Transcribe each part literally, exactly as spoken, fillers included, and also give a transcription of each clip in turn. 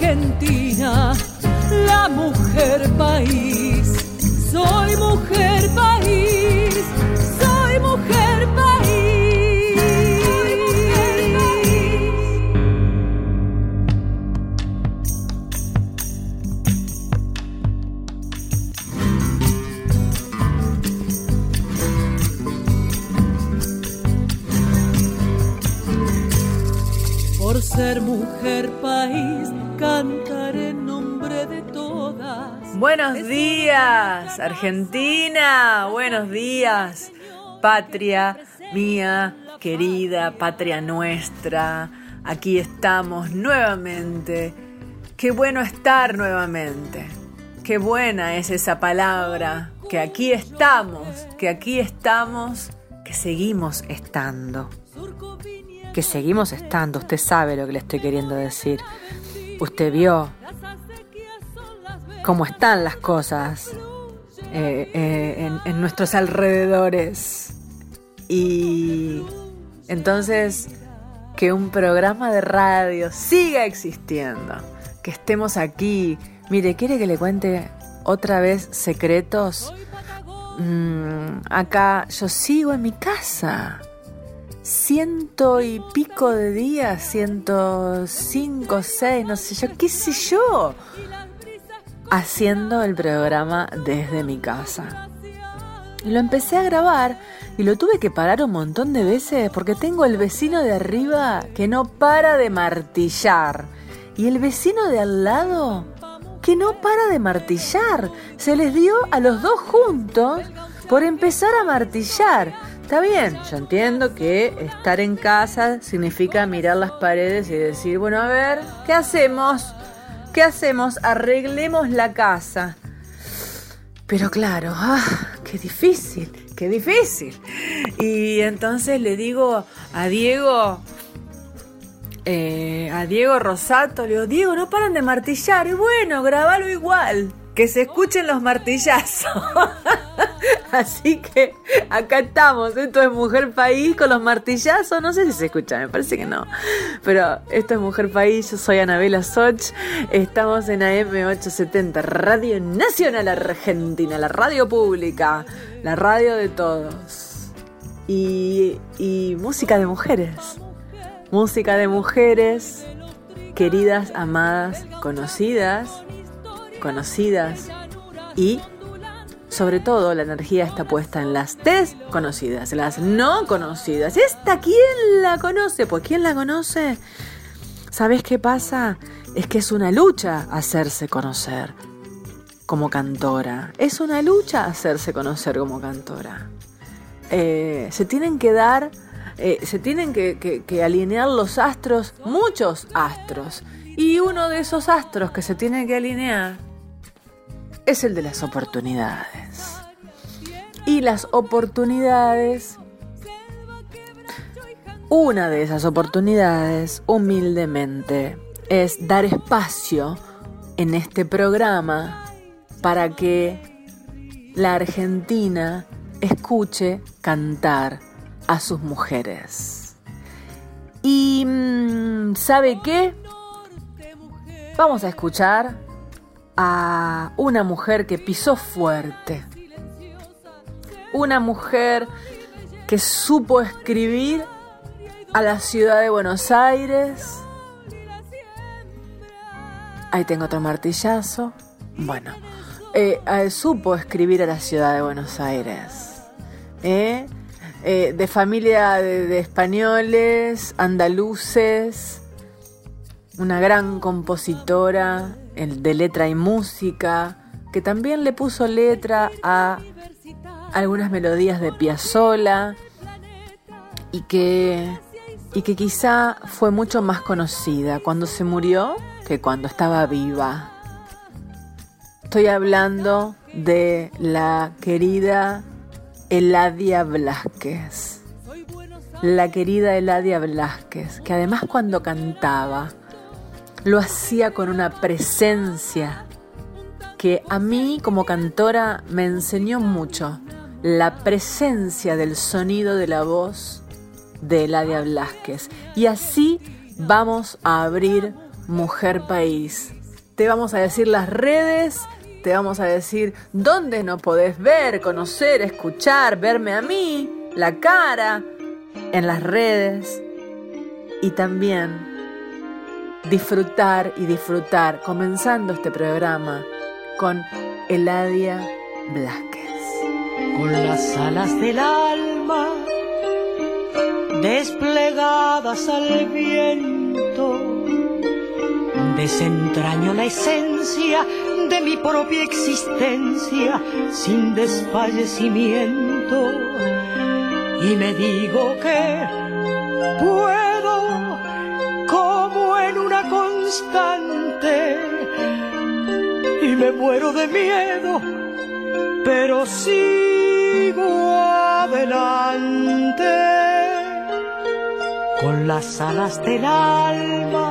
Argentina, la mujer país. Soy mujer país, soy mujer país, soy mujer país. Por ser mujer país, cantaré en nombre de todas. Buenos días, Argentina. Buenos días, patria mía, querida, patria nuestra. Aquí estamos nuevamente. Qué bueno estar nuevamente. Qué buena es esa palabra. Que aquí estamos, que aquí estamos, que seguimos estando. Que seguimos estando. Usted sabe lo que le estoy queriendo decir. Usted vio cómo están las cosas eh, eh, en, en nuestros alrededores. Y entonces que un programa de radio siga existiendo, que estemos aquí. Mire, ¿quiere que le cuente otra vez secretos? Mm, acá yo sigo en mi casa. Ciento y pico de días, ciento cinco, seis, no sé yo, qué sé yo, haciendo el programa desde mi casa. Y lo empecé a grabar y lo tuve que parar un montón de veces porque tengo el vecino de arriba que no para de martillar y el vecino de al lado que no para de martillar. Se les dio a los dos juntos por empezar a martillar. Está bien, yo entiendo que estar en casa significa mirar las paredes y decir, bueno, a ver, ¿qué hacemos? ¿Qué hacemos? Arreglemos la casa. Pero claro, ah, qué difícil, qué difícil. Y entonces le digo a Diego, eh, a Diego Rosato, le digo, Diego, no paran de martillar. Y bueno, grabalo igual, que se escuchen los martillazos. Así que acá estamos, esto es Mujer País con los martillazos, no sé si se escucha, me parece que no, pero esto es Mujer País, yo soy Anabela Soch, estamos en A M ochocientos setenta, Radio Nacional Argentina, la radio pública, la radio de todos, y, y música de mujeres, música de mujeres, queridas, amadas, conocidas, conocidas y... sobre todo la energía está puesta en las desconocidas, las no conocidas. ¿Esta quién la conoce? Pues ¿quién la conoce? ¿Sabés qué pasa? Es que es una lucha hacerse conocer como cantora. Es una lucha hacerse conocer como cantora. Eh, se tienen que dar, eh, se tienen que, que, que alinear los astros, muchos astros. Y uno de esos astros que se tiene que alinear es el de las oportunidades. Y las oportunidades, una de esas oportunidades, humildemente, es dar espacio en este programa para que la Argentina escuche cantar a sus mujeres. Y ¿sabe qué? Vamos a escuchar a una mujer que pisó fuerte, una mujer que supo escribir a la ciudad de Buenos Aires. Ahí tengo otro martillazo. Bueno, eh, eh, supo escribir a la ciudad de Buenos Aires, ¿eh? Eh, de familia de, de españoles, andaluces, una gran compositora de letra y música, que también le puso letra a algunas melodías de Piazzolla y que, y que quizá fue mucho más conocida cuando se murió que cuando estaba viva. Estoy hablando de la querida Eladia Blasquez. La querida Eladia Blasquez, que además cuando cantaba lo hacía con una presencia que a mí como cantora me enseñó mucho. La presencia del sonido de la voz de Eladia Blasquez. Y así vamos a abrir Mujer País te vamos a decir las redes, te vamos a decir dónde no podés ver, conocer, escuchar, verme a mí, la cara, en las redes. Y también disfrutar y disfrutar, comenzando este programa con Eladia Blasquez. Con las alas del alma desplegadas al viento, desentraño la esencia de mi propia existencia sin desfallecimiento, y me digo que puedo, como en una constante, y me muero de miedo, pero sigo adelante. Con las alas del alma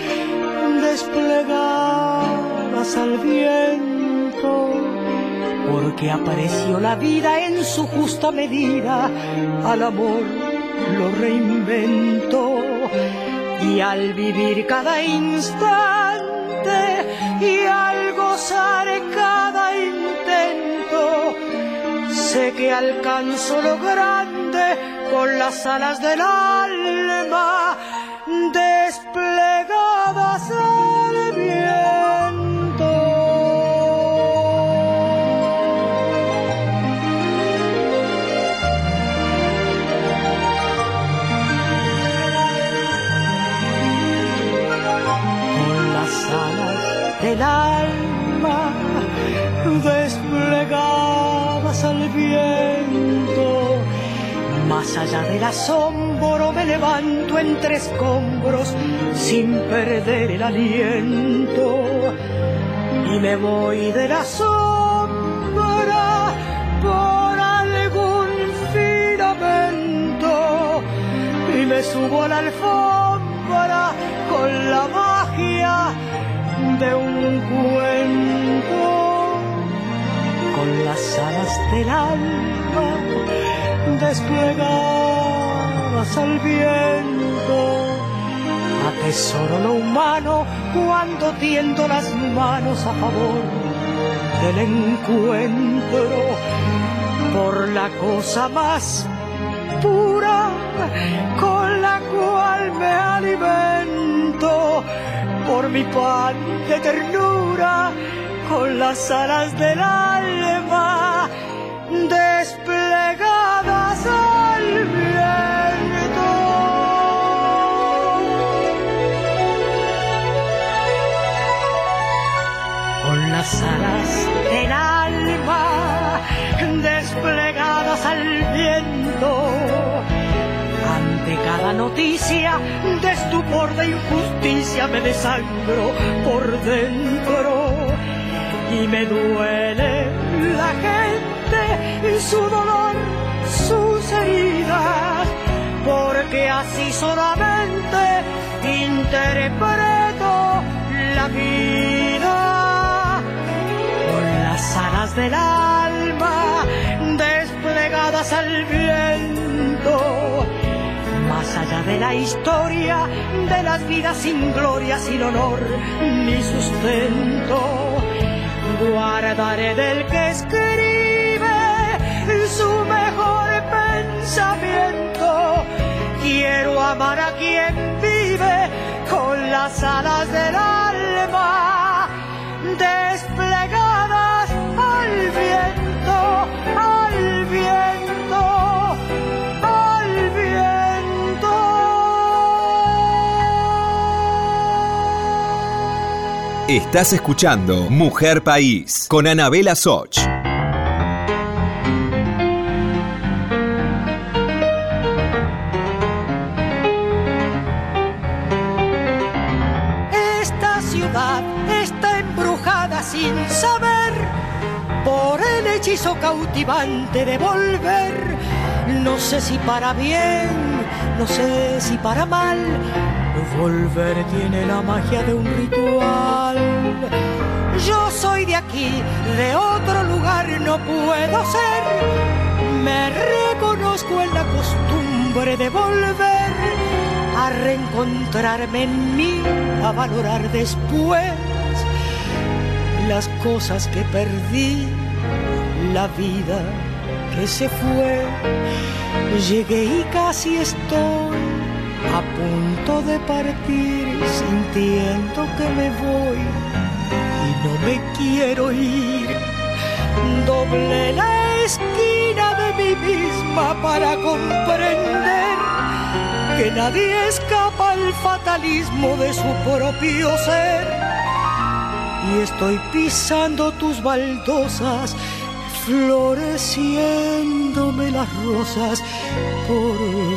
desplegadas al viento, porque apareció la vida en su justa medida, al amor lo reinvento, y al vivir cada instante y al gozar cada intento, sé que alcanzo lo grande con las alas del alma desplegadas al viento. Con las alas del alma desplegadas al viento, más allá del asombro me levanto entre escombros sin perder el aliento, y me voy de la sombra por algún filamento, y me subo a la alfombra con la magia de un cuento. Con las alas del alma desplegadas al viento, atesoro lo humano cuando tiendo las manos a favor del encuentro, por la cosa más pura con la cual me alimento, por mi pan de ternura, con las alas del alma desplegadas al viento. Con las alas del alma desplegadas al viento, ante cada noticia de estupor, de injusticia, me desangro por dentro, y me duele la gente, su dolor, sus heridas, porque así solamente interpreto la vida. Con las alas del alma desplegadas al viento, más allá de la historia, de las vidas sin gloria, sin honor ni sustento, guardaré del que escribe su mejor pensamiento. Quiero amar a quien vive con las alas del alma desplegadas al viento, al viento, al viento. Estás escuchando Mujer País con Anabela Soch. Esta ciudad está embrujada sin saber por el hechizo cautivante de volver. No sé si para bien, no sé si para mal, volver tiene la magia de un ritual. Yo soy de aquí, de otro lugar no puedo ser. Me reconozco en la costumbre de volver a reencontrarme en mí, a valorar después las cosas que perdí, la vida que se fue. Llegué y casi estoy a punto de partir, sintiendo que me voy y no me quiero ir. Doblé la esquina de mí misma para comprender que nadie escapa al fatalismo de su propio ser. Y estoy pisando tus baldosas, floreciéndome las rosas por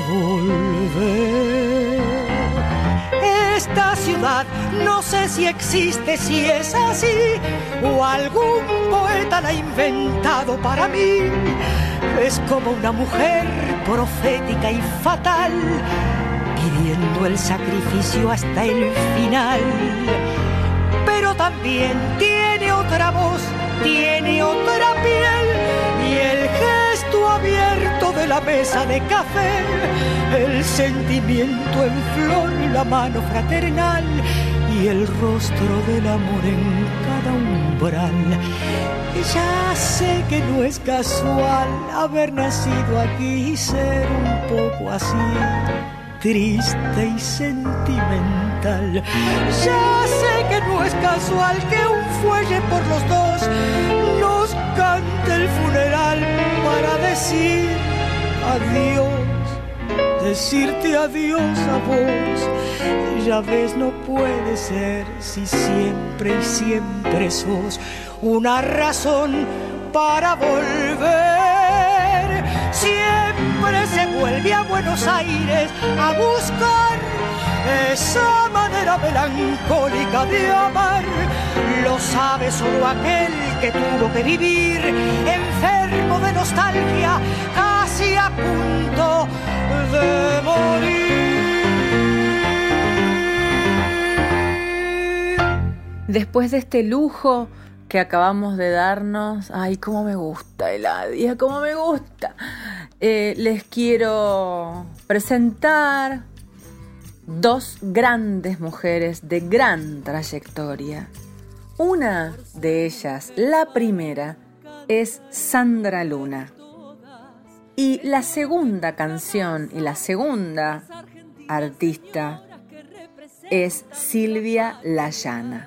volver. Esta ciudad no sé si existe, si es así, o algún poeta la ha inventado para mí. Es como una mujer profética y fatal, pidiendo el sacrificio hasta el final. Pero también tiene otra voz, tiene otra piel, y el gesto abierto de la mesa de café, el sentimiento en flor, la mano fraternal y el rostro del amor en cada umbral. Ya sé que no es casual haber nacido aquí y ser un poco así, triste y sentimental. Ya sé que no es casual que un fuelle por los dos nos cante el funeral para decir adiós, decirte adiós a vos. Ya ves, no puede ser si siempre y siempre sos una razón para volver. Siempre se vuelve a Buenos Aires a buscar esa manera melancólica de amar. Lo sabe solo aquel que tuvo que vivir enfermo de nostalgia, casi a punto de morir. Después de este lujo que acabamos de darnos, ay, cómo me gusta Eladia, cómo me gusta. Eh, les quiero presentar dos grandes mujeres de gran trayectoria. Una de ellas, la primera, es Sandra Luna. Y la segunda canción y la segunda artista es Silvia La Llana.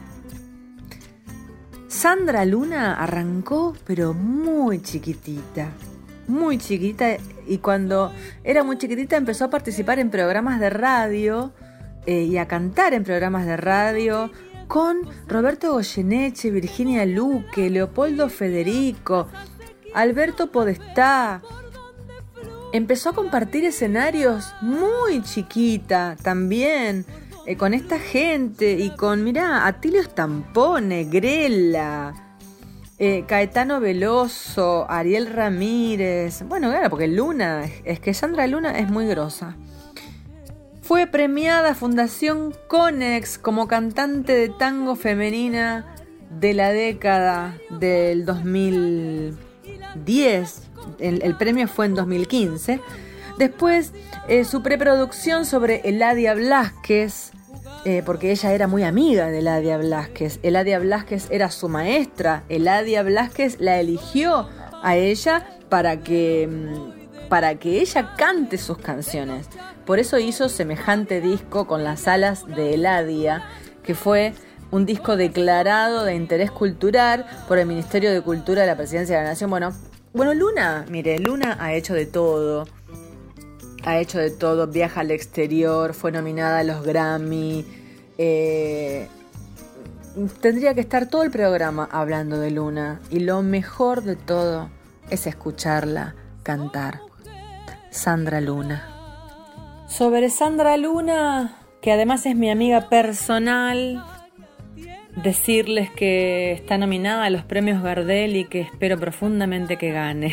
Sandra Luna arrancó pero muy chiquitita, muy chiquita, y cuando era muy chiquitita empezó a participar en programas de radio eh, y a cantar en programas de radio con Roberto Goyeneche, Virginia Luque, Leopoldo Federico, Alberto Podestá. Empezó a compartir escenarios muy chiquita también, eh, con esta gente y con, mirá, Atilio Stampone, Grela, eh, Caetano Veloso, Ariel Ramírez. Bueno, claro, porque Luna, es que Sandra Luna es muy grosa. Fue premiada Fundación Conex como cantante de tango femenina de la década del dos mil diez. El, el premio fue en dos mil quince. Después, eh, su preproducción sobre Eladia Blasquez, eh, porque ella era muy amiga de Eladia Blasquez. Eladia Blasquez era su maestra. Eladia Blasquez la eligió a ella para que, para que ella cante sus canciones. Por eso hizo semejante disco con las alas de Eladia, que fue un disco declarado de interés cultural por el Ministerio de Cultura de la Presidencia de la Nación. Bueno, bueno, Luna, mire, Luna ha hecho de todo. Ha hecho de todo, viaja al exterior, fue nominada a los Grammy. Eh, tendría que estar todo el programa hablando de Luna. Y lo mejor de todo es escucharla cantar. Sandra Luna. Sobre Sandra Luna, que además es mi amiga personal, decirles que está nominada a los premios Gardel y que espero profundamente que gane.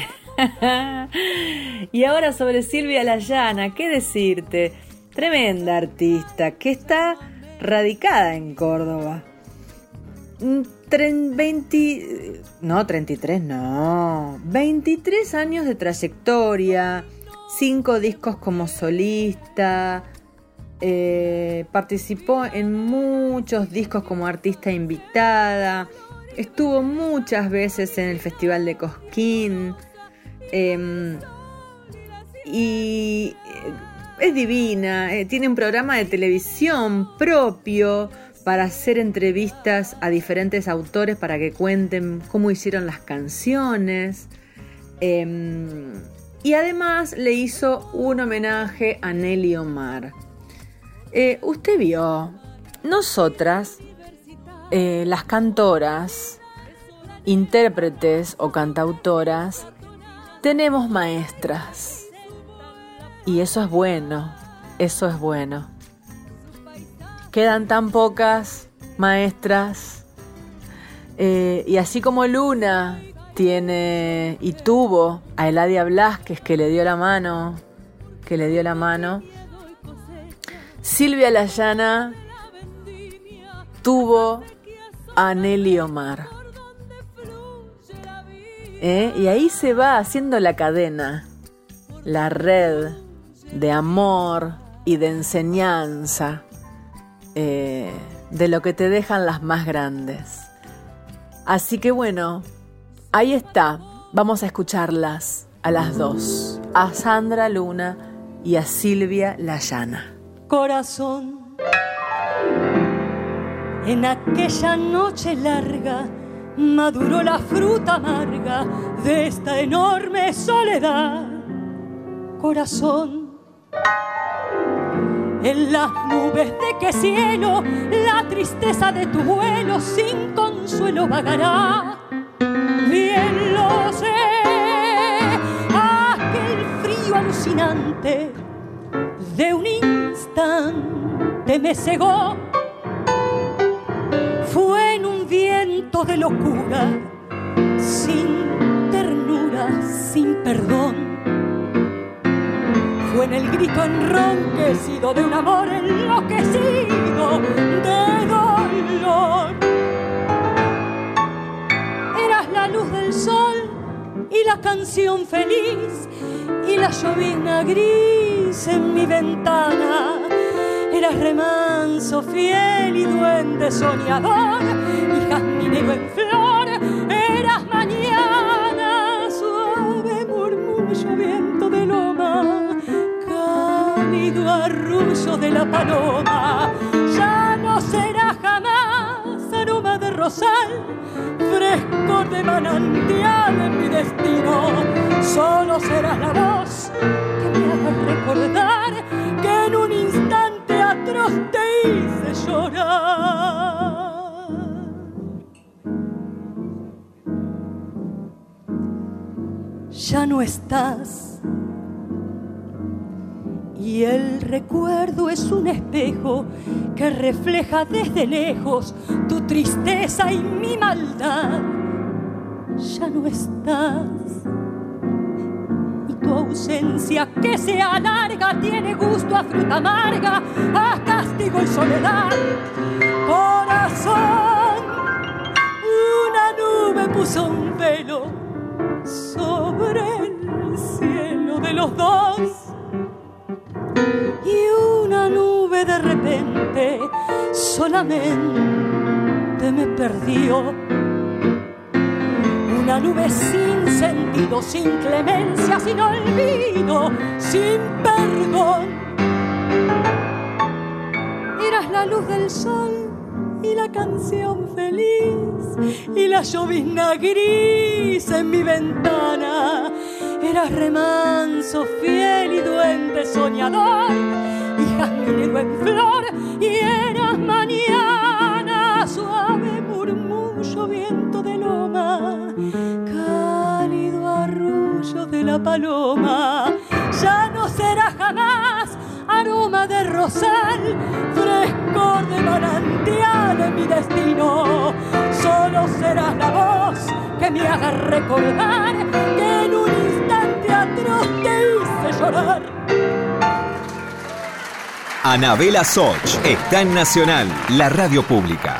Y ahora sobre Silvia La Llana, ¿qué decirte? Tremenda artista que está radicada en Córdoba. veinte, no, treinta y tres, no. veintitrés años de trayectoria, cinco discos como solista. Eh, participó en muchos discos como artista invitada. estuvo muchas veces en el Festival de Cosquín. Eh, y es divina, eh, tiene un programa de televisión propio para hacer entrevistas a diferentes autores para que cuenten cómo hicieron las canciones. Eh, y además le hizo un homenaje a Nelly Omar. Eh, usted vio, nosotras, eh, las cantoras, intérpretes o cantautoras, tenemos maestras. Y eso es bueno, eso es bueno. Quedan tan pocas maestras. Eh, y así como Luna tiene y tuvo a Eladia Blasquez, que le dio la mano, que le dio la mano, Silvia Layana tuvo a Nelly Omar. ¿Eh? Y ahí se va haciendo la cadena, la red de amor y de enseñanza, eh, de lo que te dejan las más grandes. Así que bueno, ahí está, vamos a escucharlas a las dos, a Sandra Luna y a Silvia Layana. Corazón, en aquella noche larga maduró la fruta amarga de esta enorme soledad. Corazón, en las nubes de qué cielo la tristeza de tu vuelo sin consuelo vagará. Bien lo sé, aquel frío alucinante de un instante me cegó. Fue en un viento de locura, sin ternura, sin perdón. Fue en el grito enronquecido de un amor enloquecido de dolor. Eras la luz del sol y la canción feliz y la llovizna gris en mi ventana. Eras remanso fiel y duende soñador y jazminero en flor. Eras mañana, suave murmullo, viento de loma, cálido arrullo de la paloma. Ya no será jamás aroma de rosal, frescor de manantial en mi destino. Solo serás la voz que me haga recordar que en un instante atroz te hice llorar. Ya no estás y el recuerdo es un espejo que refleja desde lejos tu tristeza y mi maldad. Ya no estás y tu ausencia que se alarga tiene gusto a fruta amarga, a castigo y soledad. Corazón, una nube puso un velo sobre el cielo de los dos y una nube de repente solamente me perdió. Una nube sin sentido, sin clemencia, sin olvido, sin perdón. Eras la luz del sol y la canción feliz y la llovizna gris en mi ventana. Eras remanso fiel y duende soñador y jazminero en flor. Y eras mañana, suave murmullo, viento de loma, cálido arrullo de la paloma. Ya no será jamás aroma de rosal, frescor de manantial en mi destino. Solo serás la voz que me haga recordar que en un instante atroz te hice llorar. Anabela Soch está en Nacional, la radio pública.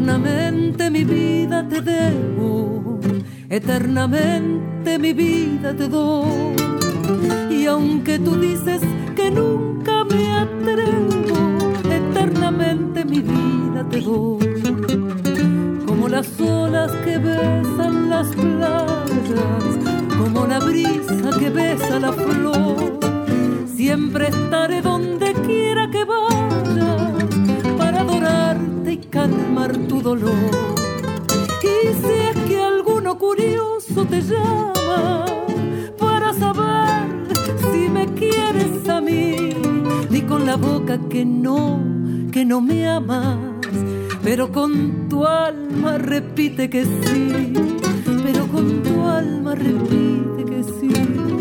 eternamente mi vida te debo, eternamente mi vida te doy. Y aunque tú dices que nunca me atrevo, eternamente mi vida te doy. Como las olas que besan las playas, como la brisa que besa la flor, siempre estaré donde quiera que vayas para adorarte y calmar tu dolor. Y si es que alguno curioso te llama para saber si me quieres a mí, di con la boca que no, que no me amas, pero con tu alma repite que sí, pero con tu alma repite que sí.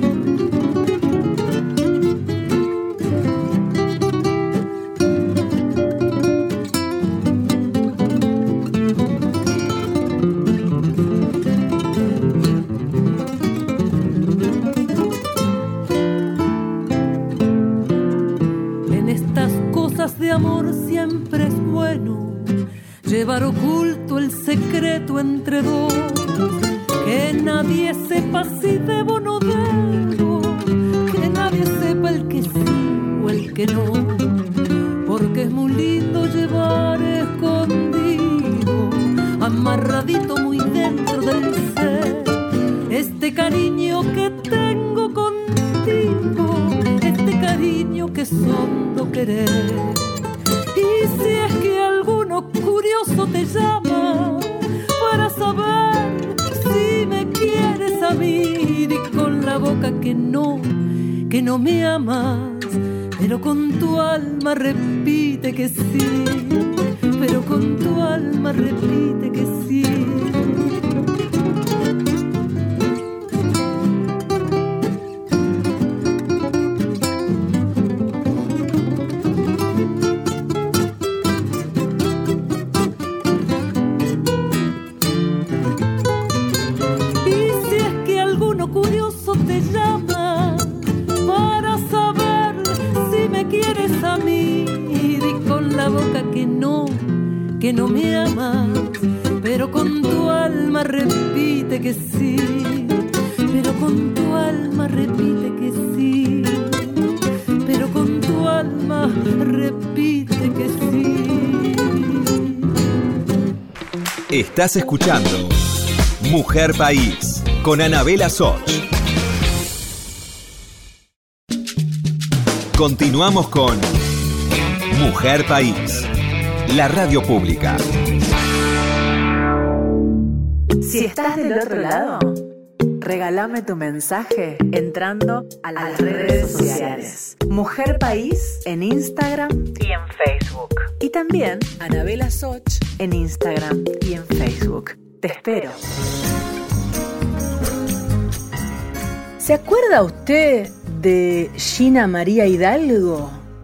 De amor siempre es bueno llevar oculto el secreto entre dos, que nadie sepa si debo o no debo, que nadie sepa el que sí o el que no, porque es muy lindo llevar escondido, amarradito muy dentro del ser, este cariño que tengo contigo, este cariño que es hondo querer. Y si es que alguno curioso te llama para saber si me quieres a mí, di con la boca que no, que no me amas, pero con tu alma repite que sí, pero con tu alma repite que sí. Que no me amas, pero con tu alma repite que sí, pero con tu alma repite que sí, pero con tu alma repite que sí. Estás escuchando Mujer País con Anabela Soch. Continuamos con Mujer País, la radio pública. Si estás del otro lado, regálame tu mensaje entrando a las, a las redes sociales. Mujer País en Instagram y en Facebook. Y también Anabela Soch en Instagram y en Facebook. Te espero. ¿Se acuerda usted de Gina María Hidalgo?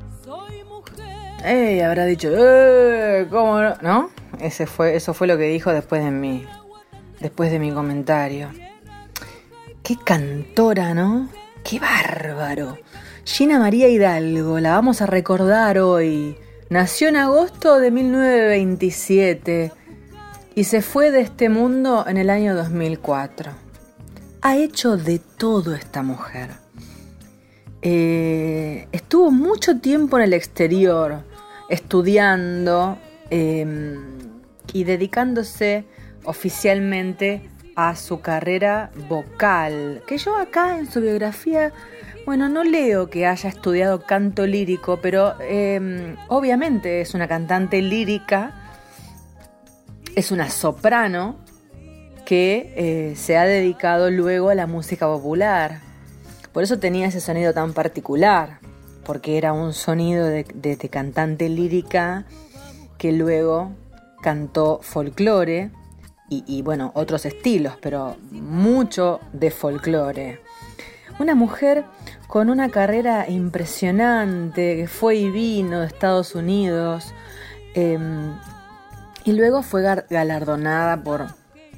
Eh, habrá dicho, eh, ¿cómo no? ¿No? Ese fue, eso fue lo que dijo después de mi, después de mi comentario. Qué cantora, ¿no? Qué bárbaro. Gina María Hidalgo, la vamos a recordar hoy. Nació en agosto de mil novecientos veintisiete y se fue de este mundo en el año dos mil cuatro. Ha hecho de todo esta mujer. Eh, estuvo mucho tiempo en el exterior, estudiando eh, y dedicándose oficialmente a su carrera vocal, que yo acá en su biografía, bueno, no leo que haya estudiado canto lírico, pero eh, obviamente es una cantante lírica, es una soprano que eh, se ha dedicado luego a la música popular. Por eso tenía ese sonido tan particular, porque era un sonido de, de, de cantante lírica que luego cantó folclore y, y bueno, otros estilos, pero mucho de folclore. Una mujer con una carrera impresionante, que fue y vino de Estados Unidos, eh, y luego fue galardonada por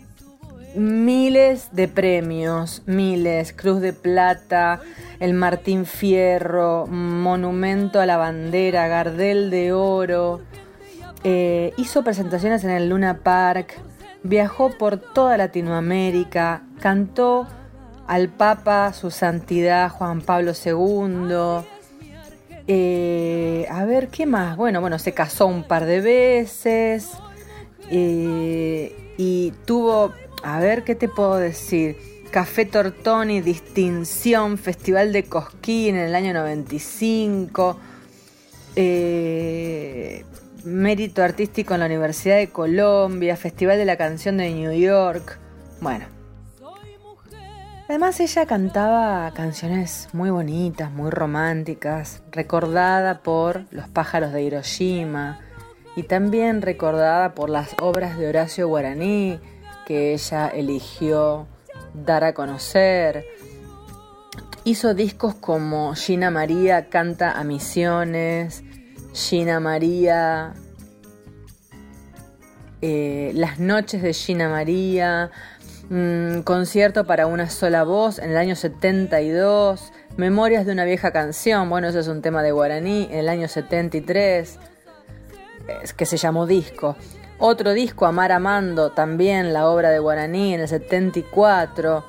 miles de premios, miles, Cruz de Plata, el Martín Fierro, Monumento a la Bandera, Gardel de Oro, Eh, hizo presentaciones en el Luna Park, viajó por toda Latinoamérica, cantó al Papa, su santidad Juan Pablo segundo. Eh, a ver, ¿qué más? Bueno, bueno, se casó un par de veces eh, y tuvo, a ver, ¿qué te puedo decir? Café Tortoni, distinción, Festival de Cosquín en el año noventa y cinco, eh, mérito artístico en la Universidad de Colombia, Festival de la Canción de New York. Bueno, además ella cantaba canciones muy bonitas, muy románticas, recordada por Los pájaros de Hiroshima y también recordada por las obras de Horacio Guaraní que ella eligió dar a conocer. Hizo discos como Gina María canta a Misiones, Gina María, eh, Las noches de Gina María, mmm, Concierto para una sola voz en el año setenta y dos, Memorias de una vieja canción, bueno, eso es un tema de Guaraní, en el año setenta y tres, es que se llamó disco. Otro disco, Amar Amando, también la obra de Guaraní en el setenta y cuatro.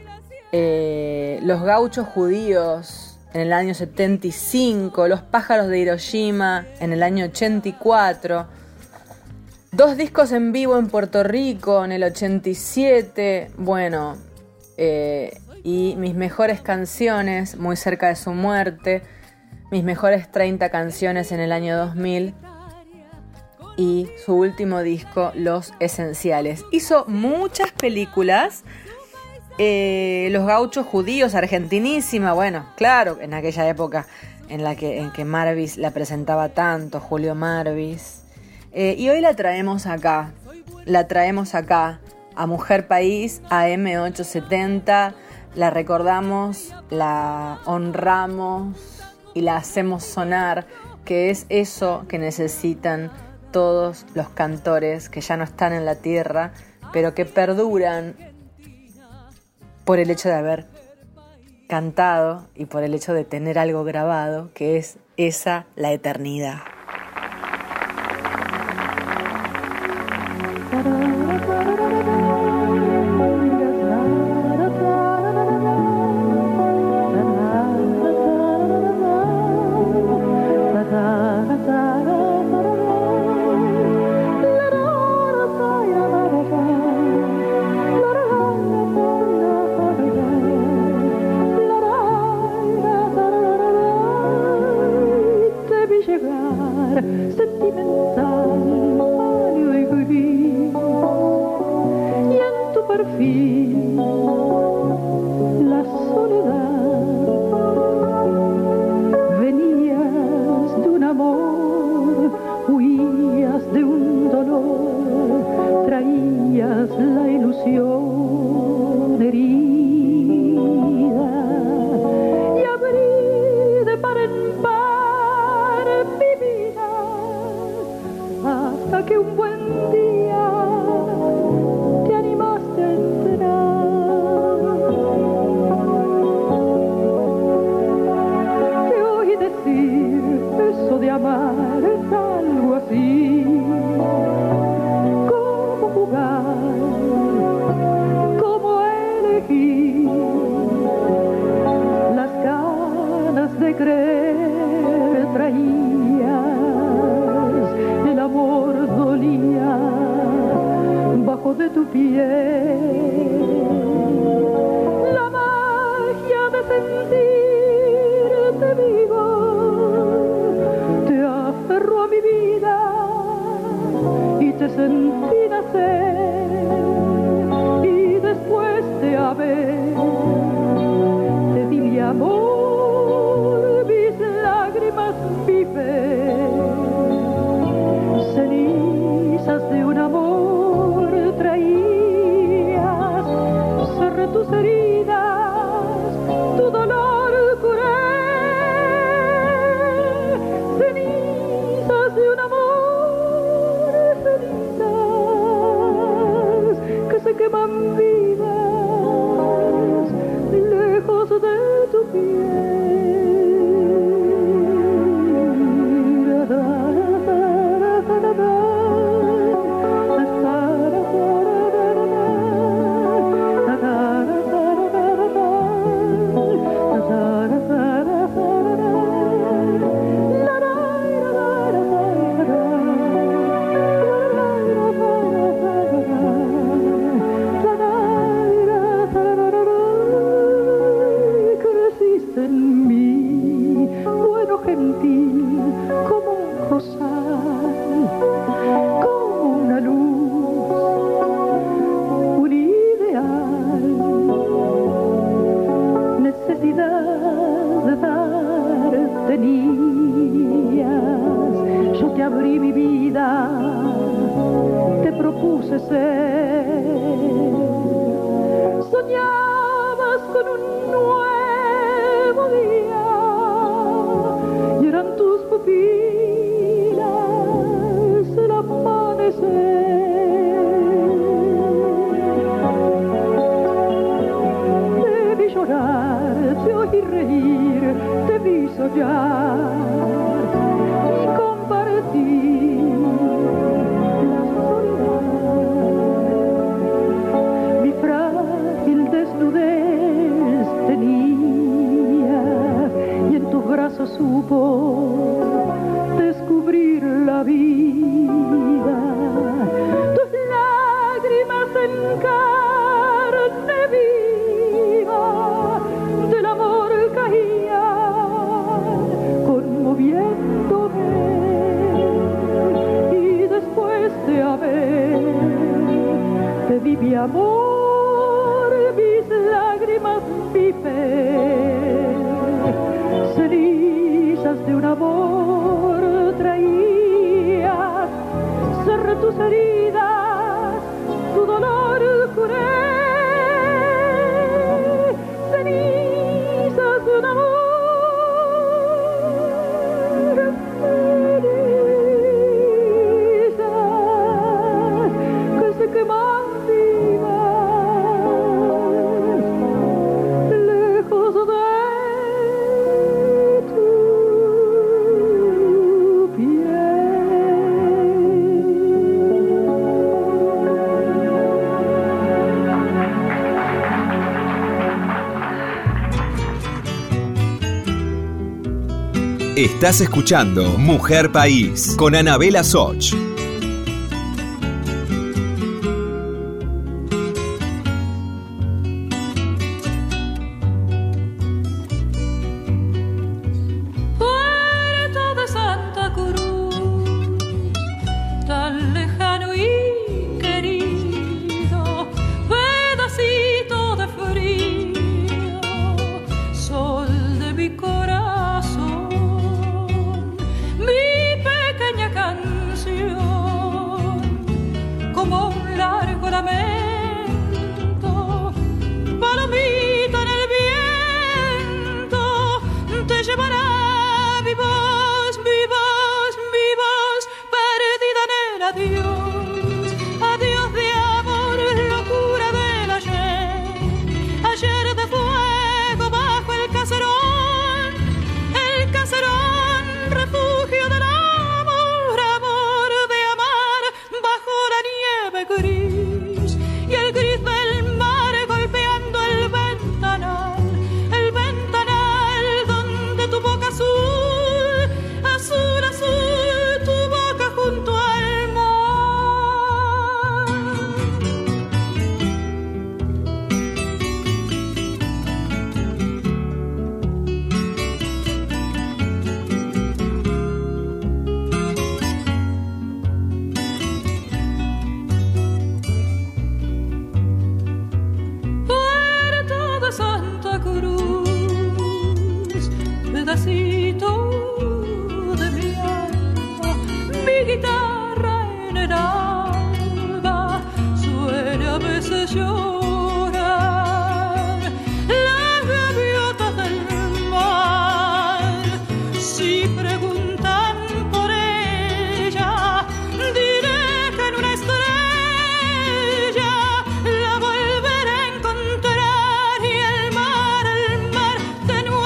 Eh, Los gauchos judíos en el año setenta y cinco. Los pájaros de Hiroshima en el año ochenta y cuatro. Dos discos en vivo en Puerto Rico en el ochenta y siete. Bueno, eh, y mis mejores canciones muy cerca de su muerte. Mis mejores treinta canciones en el año dos mil. Y su último disco, Los Esenciales. Hizo muchas películas. Eh, Los gauchos judíos, argentinísima. Bueno, claro, en aquella época en la que, en que Marvis la presentaba tanto, Julio Marvis. Eh, y hoy la traemos acá. La traemos acá a Mujer País, A M ochocientos setenta. La recordamos, la honramos y la hacemos sonar, que es eso que necesitan todos los cantores que ya no están en la tierra, pero que perduran por el hecho de haber cantado y por el hecho de tener algo grabado, que es esa la eternidad. Queman vivas abrí mi vida, te propuse ser. Soñabas con un nuevo día y eran tus pupilas el amanecer. Te vi llorar, te oí reír, te vi soñar y compartir la soledad. Mi frágil desnudez tenía y en tus brazos supo descubrir la vida. Tus lágrimas en carne viva del amor caían conmoviéndome, y después de haber te di mi amor, mis lágrimas, mi fe, cenizas de un amor traía, cerré tus heridas, tu dolor curé, cenizas de un amor cenizas que se queman vivas lejos de tu Estás escuchando Mujer País con Anabela Soch.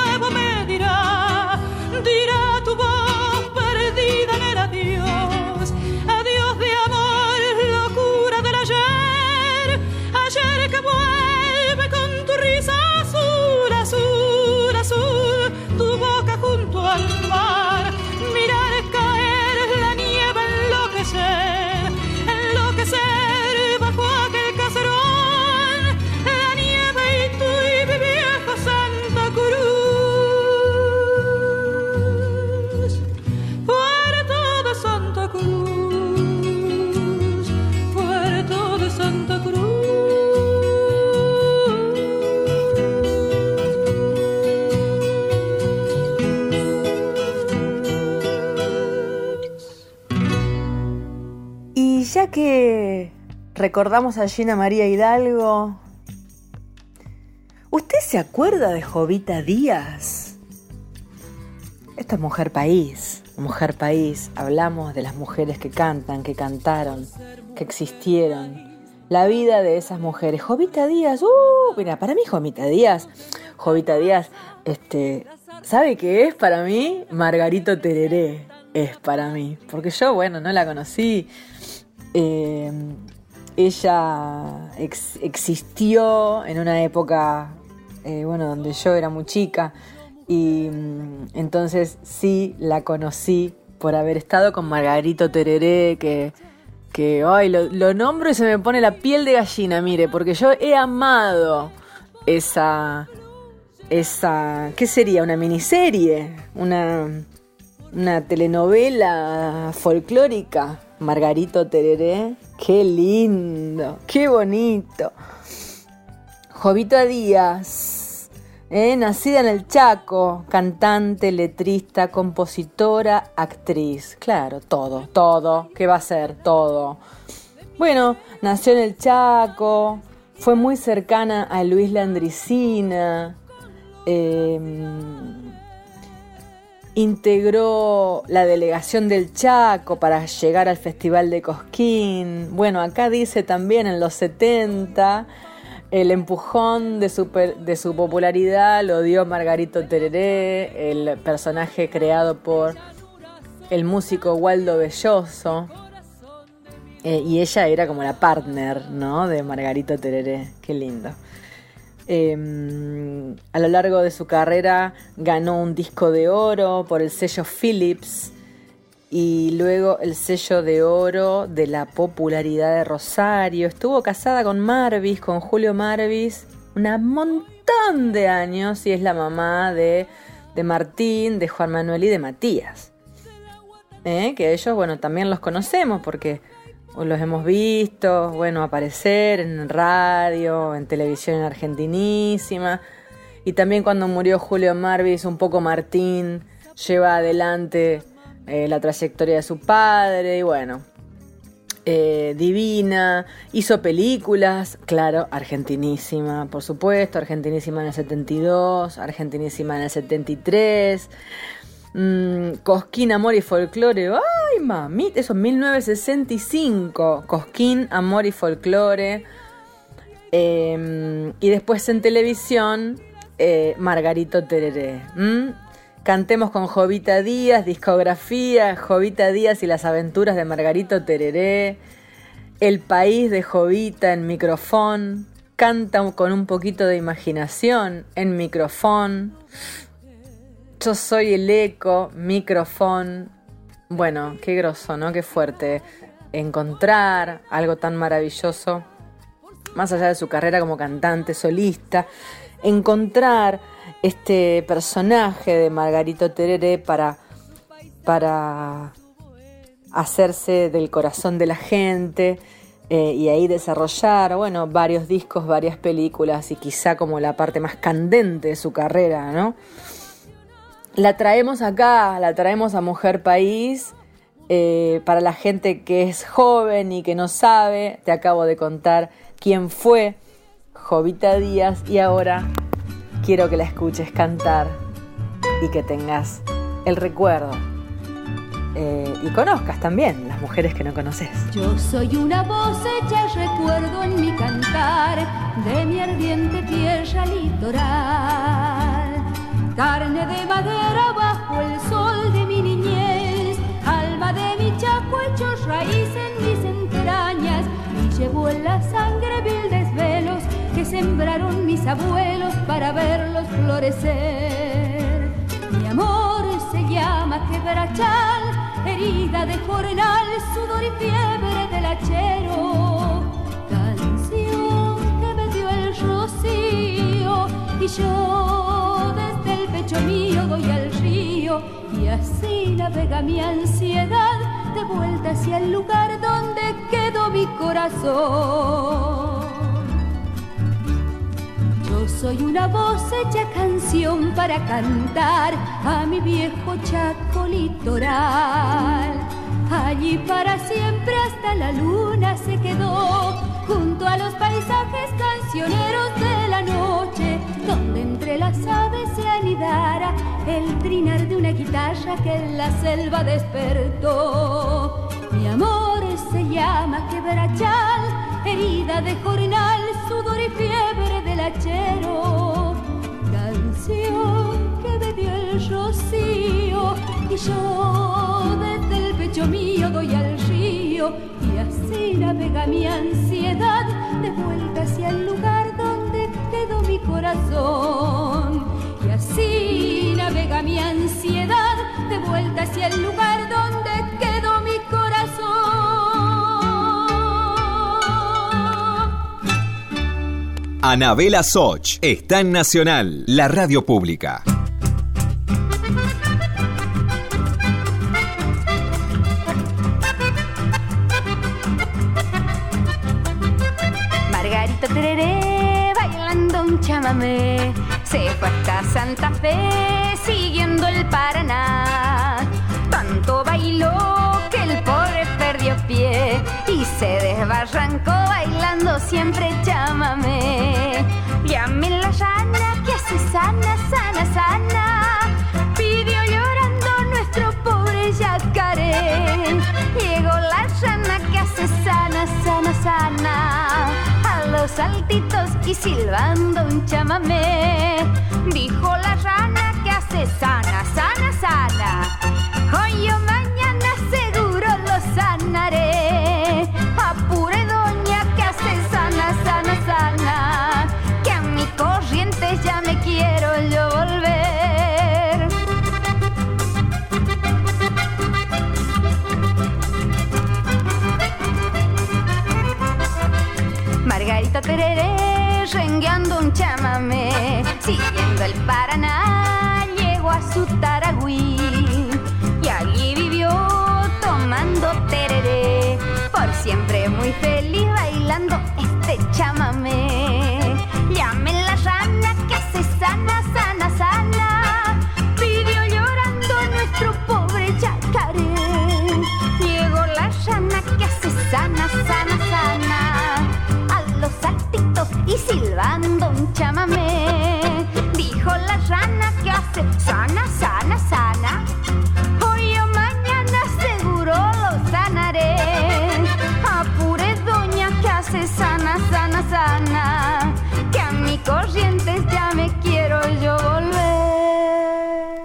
dirá tu voz perdida en el adiós. ya que recordamos a Gina María Hidalgo, ¿usted se acuerda de Jovita Díaz? Esto es Mujer País, Mujer País. Hablamos de las mujeres que cantan, que cantaron, que existieron. La vida de esas mujeres. Jovita Díaz, uh, mira, para mí Jovita Díaz, Jovita Díaz, este, ¿sabe qué es para mí? Margarito Tereré es para mí. Porque yo, bueno, no la conocí. Eh, ella ex, existió en una época, eh, bueno, donde yo era muy chica. Y entonces sí la conocí por haber estado con Margarito Tereré, que, que ay, lo, lo nombro y se me pone la piel de gallina, mire, porque yo he amado esa, esa, ¿qué sería? Una miniserie, una, una telenovela folclórica, Margarito Tereré, qué lindo, qué bonito. Jovita Díaz. Eh, nacida en el Chaco, cantante, letrista, compositora, actriz. Claro, todo, todo. ¿Qué va a ser? Todo. Bueno, nació en el Chaco, fue muy cercana a Luis Landricina, eh, integró la delegación del Chaco para llegar al Festival de Cosquín. Bueno, acá dice también en los setenta... El empujón de su, de su popularidad lo dio Margarito Tereré, el personaje creado por el músico Waldo Belloso. Eh, y ella era como la partner, ¿no?, de Margarito Tereré. Qué lindo. Eh, a lo largo de su carrera ganó un disco de oro por el sello Philips. Y luego el sello de oro de la popularidad de Rosario. Estuvo casada con Marvis, con Julio Marvis, un montón de años, y es la mamá de, de Martín, de Juan Manuel y de Matías. ¿Eh? Que ellos, bueno, también los conocemos porque los hemos visto, bueno, aparecer en radio, en televisión en Argentinísima. Y también cuando murió Julio Marvis, un poco Martín lleva adelante Eh, la trayectoria de su padre, y bueno, eh, divina, hizo películas, claro, Argentinísima, por supuesto, Argentinísima en el setenta y dos, Argentinísima en el setenta y tres, mm, Cosquín, Amor y Folclore, ay mamita, eso en mil novecientos sesenta y cinco, Cosquín, Amor y Folclore, eh, y después en televisión, eh, Margarito Tereré, ¿Mm? Cantemos con Jovita Díaz, discografía, Jovita Díaz y las aventuras de Margarito Tereré, El país de Jovita en micrófono, canta con un poquito de imaginación en micrófono, Yo soy el eco, micrófono. Bueno, qué groso, ¿no? Qué fuerte encontrar algo tan maravilloso, más allá de su carrera como cantante solista, encontrar este personaje de Margarito Tereré para, para hacerse del corazón de la gente, eh, y ahí desarrollar, bueno, varios discos, varias películas, y quizá como la parte más candente de su carrera, ¿no? La traemos acá, la traemos a Mujer País, eh, para la gente que es joven y que no sabe. Te acabo de contar quién fue Jovita Díaz, y ahora quiero que la escuches cantar y que tengas el recuerdo, eh, y conozcas también las mujeres que no conoces. Yo soy una voz hecha recuerdo en mi cantar de mi ardiente tierra litoral, carne de madera bajo el sol de mi niñez, alma de mi Chaco hecho raíz en mis entrañas, y llevo en la sangre vil desvelos que sembraron mis abuelos para verlos florecer. Mi amor se llama quebrachal, herida de jornal, sudor y fiebre del hachero, canción que me dio el rocío, y yo desde el pecho mío doy al río, y así navega mi ansiedad de vuelta hacia el lugar donde quedó mi corazón. Yo soy una voz hecha canción para cantar a mi viejo Chaco litoral, allí para siempre hasta la luna se quedó junto a los paisajes cancioneros de la noche, donde entre las aves se anidara el trinar de una guitarra que en la selva despertó. Mi amor se llama quebrachal, herida de jornal, sudor y fiebre del hachero, canción que bebió el rocío y yo desde el pecho mío doy al río, y así navega mi ansiedad de vuelta hacia el lugar donde quedó mi corazón. Y así navega mi ansiedad de vuelta hacia el lugar donde quedó mi corazón. Anabela Soch está en Nacional, la radio pública. Margarita Tereré bailando un chamamé, se fue hasta Santa Fe siguiendo el Paraná. Tanto bailó que el pobre perdió pie y se desbarrancó bailando siempre chamamé. Llame la llana que hace sana, sana, sana, pidió llorando nuestro pobre yacaré. Llegó la llana que hace sana, sana, sana, a los saltitos y silbando un chamamé. Dijo la rana que hace sana, sana, sana, hoy o mañana seguro lo sanaré. Apure doña que hace sana, sana, sana, que a mi corriente ya me quiero yo volver. Margarita Tereré rengueando un chamamé, siguiendo el Paraná llegó a su Taragüí y allí vivió tomando tereré, por siempre muy feliz bailando este chamamé. Llame la rana que hace sana, sana, sana, pidió llorando nuestro pobre yacaré. Llegó la rana que hace sana, sana, sana, a los saltitos y silbando un chamamé. Dijo la rana que hace sana, sana, sana, hoy o mañana seguro lo sanaré. Apure doña que hace sana, sana, sana, que a mi corrientes ya me quiero yo volver.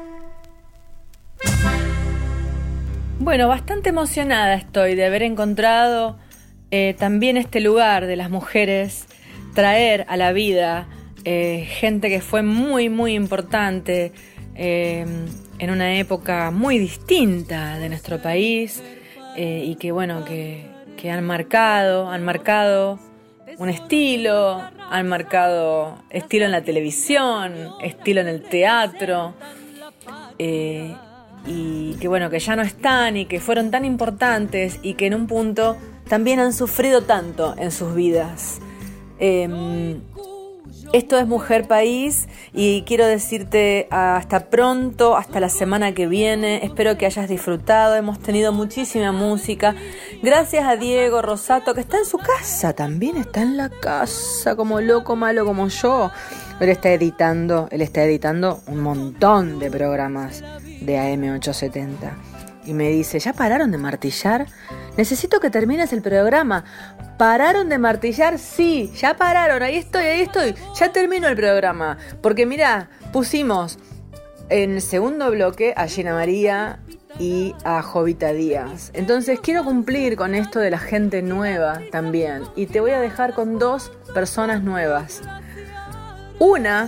Bueno, bastante emocionada estoy de haber encontrado eh, también este lugar de las mujeres, traer a la vida eh, gente que fue muy, muy importante eh, en una época muy distinta de nuestro país eh, y que, bueno, que, que han marcado, han marcado un estilo, han marcado estilo en la televisión, estilo en el teatro, eh, y que, bueno, que ya no están y que fueron tan importantes y que en un punto también han sufrido tanto en sus vidas. Eh, esto es Mujer País y quiero decirte hasta pronto, hasta la semana que viene. Espero que hayas disfrutado. Hemos tenido muchísima música. Gracias a Diego Rosato, que está en su casa, también está en la casa, como loco, malo como yo. Él está editando, él está editando un montón de programas de A M ochocientos setenta. Y me dice, ¿ya pararon de martillar? Necesito que termines el programa. ¿Pararon de martillar? Sí, ya pararon, ahí estoy, ahí estoy. Ya termino el programa. Porque mirá, pusimos en el segundo bloque a Gina María y a Jovita Díaz. Entonces quiero cumplir con esto de la gente nueva también. Y te voy a dejar con dos personas nuevas. Una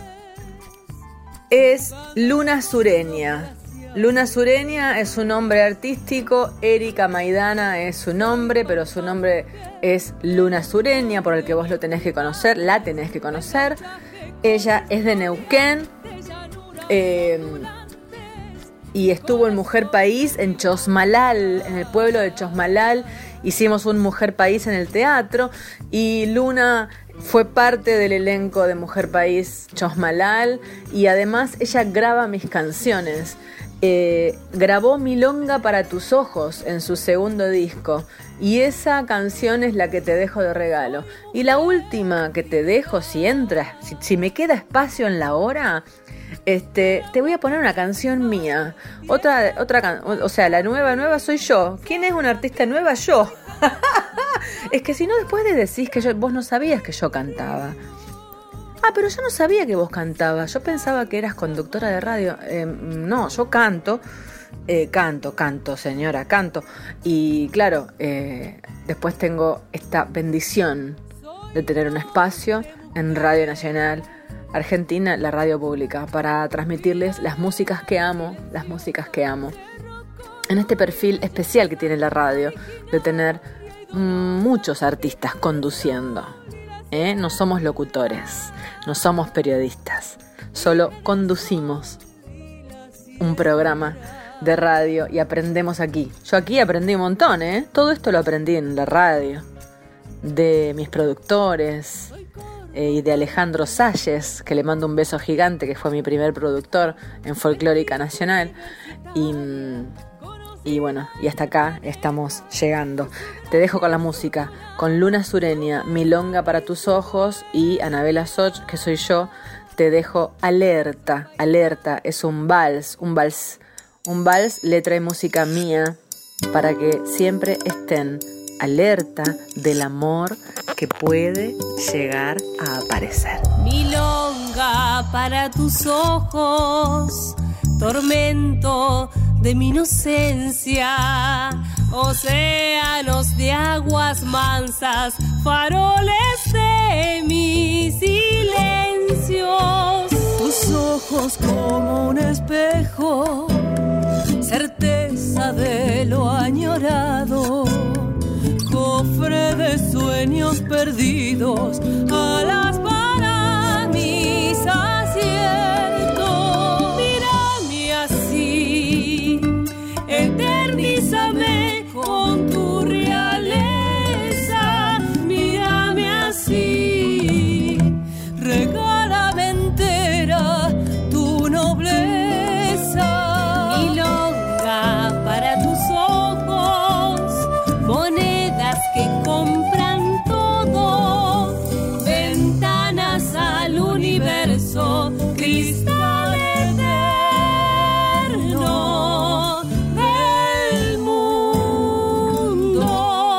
es Luna Sureña. Luna Sureña es su nombre artístico, Erika Maidana es su nombre, pero su nombre es Luna Sureña, por el que vos lo tenés que conocer, la tenés que conocer. Ella es de Neuquén eh, y estuvo en Mujer País en Chosmalal, en el pueblo de Chosmalal. Hicimos un Mujer País en el teatro y Luna fue parte del elenco de Mujer País Chosmalal y además ella graba mis canciones. Eh, grabó Milonga para tus ojos en su segundo disco y esa canción es la que te dejo de regalo. Y la última que te dejo, si entras, si, si me queda espacio en la hora, este, te voy a poner una canción mía. Otra, otra, o sea, la nueva, nueva soy yo. ¿Quién es una artista nueva? Yo. Es que si no, después de decís que yo, vos no sabías que yo cantaba. Ah, pero yo no sabía que vos cantabas. Yo pensaba que eras conductora de radio. Eh, no, yo canto. Eh, canto, canto, señora, canto. Y claro, eh, después tengo esta bendición de tener un espacio en Radio Nacional Argentina, la radio pública, para transmitirles las músicas que amo, las músicas que amo. En este perfil especial que tiene la radio, de tener muchos artistas conduciendo. ¿Eh? No somos locutores, no somos periodistas, solo conducimos un programa de radio y aprendemos aquí. Yo aquí aprendí un montón, ¿eh? Todo esto lo aprendí en la radio, de mis productores eh, y de Alejandro Salles, que le mando un beso gigante, que fue mi primer productor en Folclórica Nacional. Y... Y bueno, y hasta acá estamos llegando. Te dejo con la música, con Luna Sureña, Milonga para tus ojos, y Anabela Soch, que soy yo, te dejo Alerta. Alerta es un vals, un vals, un vals, letra y música mía, para que siempre estén alerta del amor que puede llegar a aparecer. Milonga para tus ojos, tormento de mi inocencia, océanos de aguas mansas, faroles de mis silencios. Tus ojos como un espejo, certeza de lo añorado, cofre de sueños perdidos, alas para mis aciertos. Mírame así, eternízame con tu realeza. Mírame así, regálame entera tu nobleza. Milonga para tus ojos, monedas que compran todo, ventanas al universo, cristal eterno del mundo.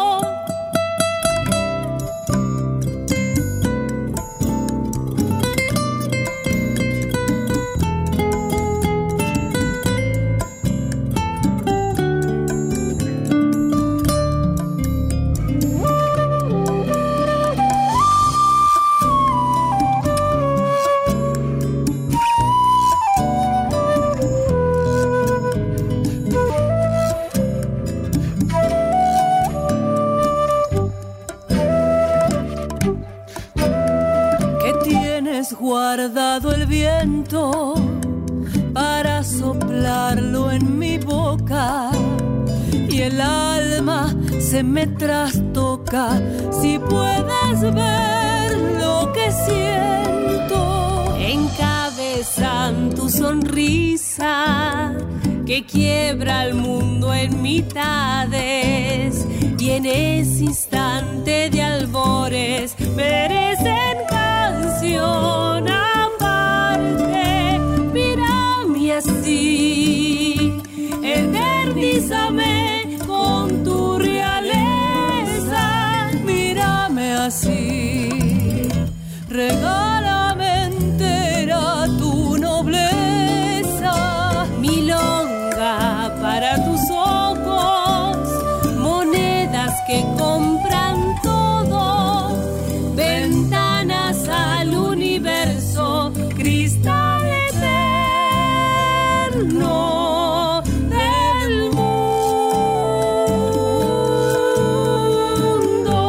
Guardado el viento para soplarlo en mi boca, y el alma se me trastoca si puedes ver lo que siento. Encabezan tu sonrisa que quiebra el mundo en mitades, y en ese instante de albores merecen canción aparte. Mírame así, eternízame con tu realeza. Mírame así, regálame entera tu nobleza. Milonga para tus ojos, monedas que compran todo, ventanas al universo, cristal eterno del mundo.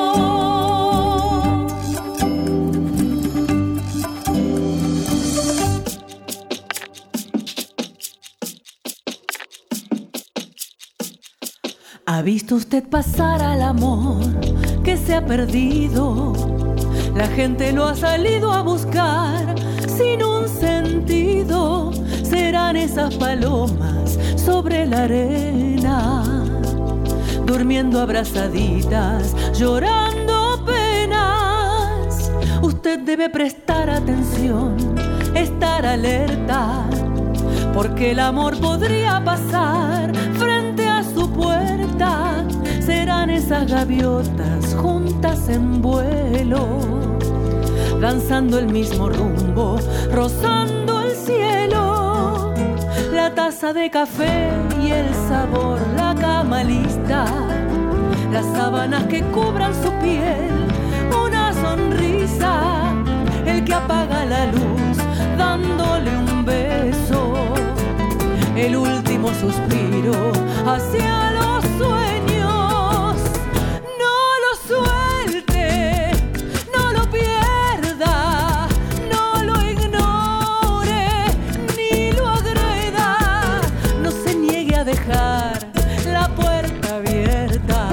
¿Ha visto usted pasar al amor que se ha perdido? La gente lo ha salido a buscar sin un sentido. ¿Será serán esas palomas sobre la arena, durmiendo abrazaditas, llorando penas. Usted debe prestar atención, estar alerta, porque el amor podría pasar frente a su puerta. Serán esas gaviotas juntas en vuelo, danzando el mismo rumbo, rozando el cielo. La taza de café y el sabor, la cama lista, las sábanas que cubran su piel, una sonrisa, el que apaga la luz dándole un beso, el último suspiro hacia los sueños. No lo suelte, no lo pierda, no lo ignore, ni lo agreda. No se niegue a dejar la puerta abierta.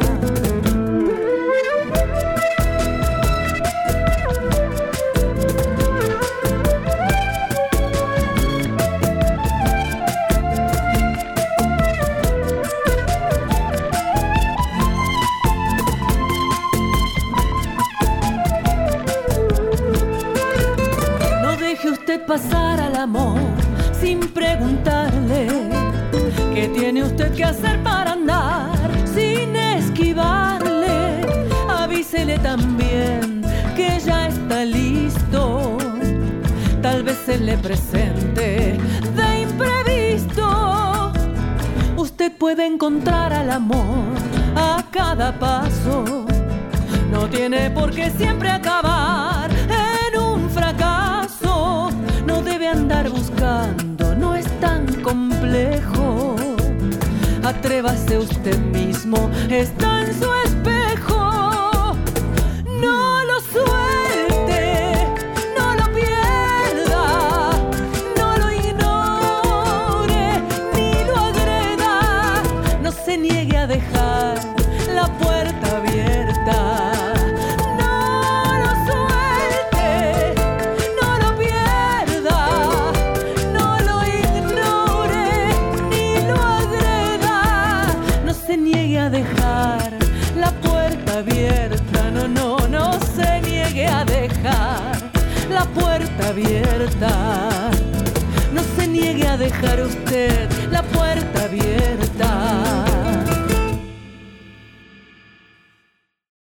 Pasar al amor sin preguntarle qué tiene usted que hacer para andar sin esquivarle. Avísele también que ya está listo, tal vez se le presente de imprevisto. Usted puede encontrar al amor a cada paso, no tiene por qué siempre acabar en un fracaso. No debe andar buscando, no es tan complejo. Atrévase usted mismo, está en su espejo. No lo suelte, no lo pierda, no lo ignore, ni lo agreda. No se niegue a dejar la puerta abierta. Dejar la puerta abierta, no, no, no se niegue a dejar la puerta abierta, no se niegue a dejar usted la puerta abierta.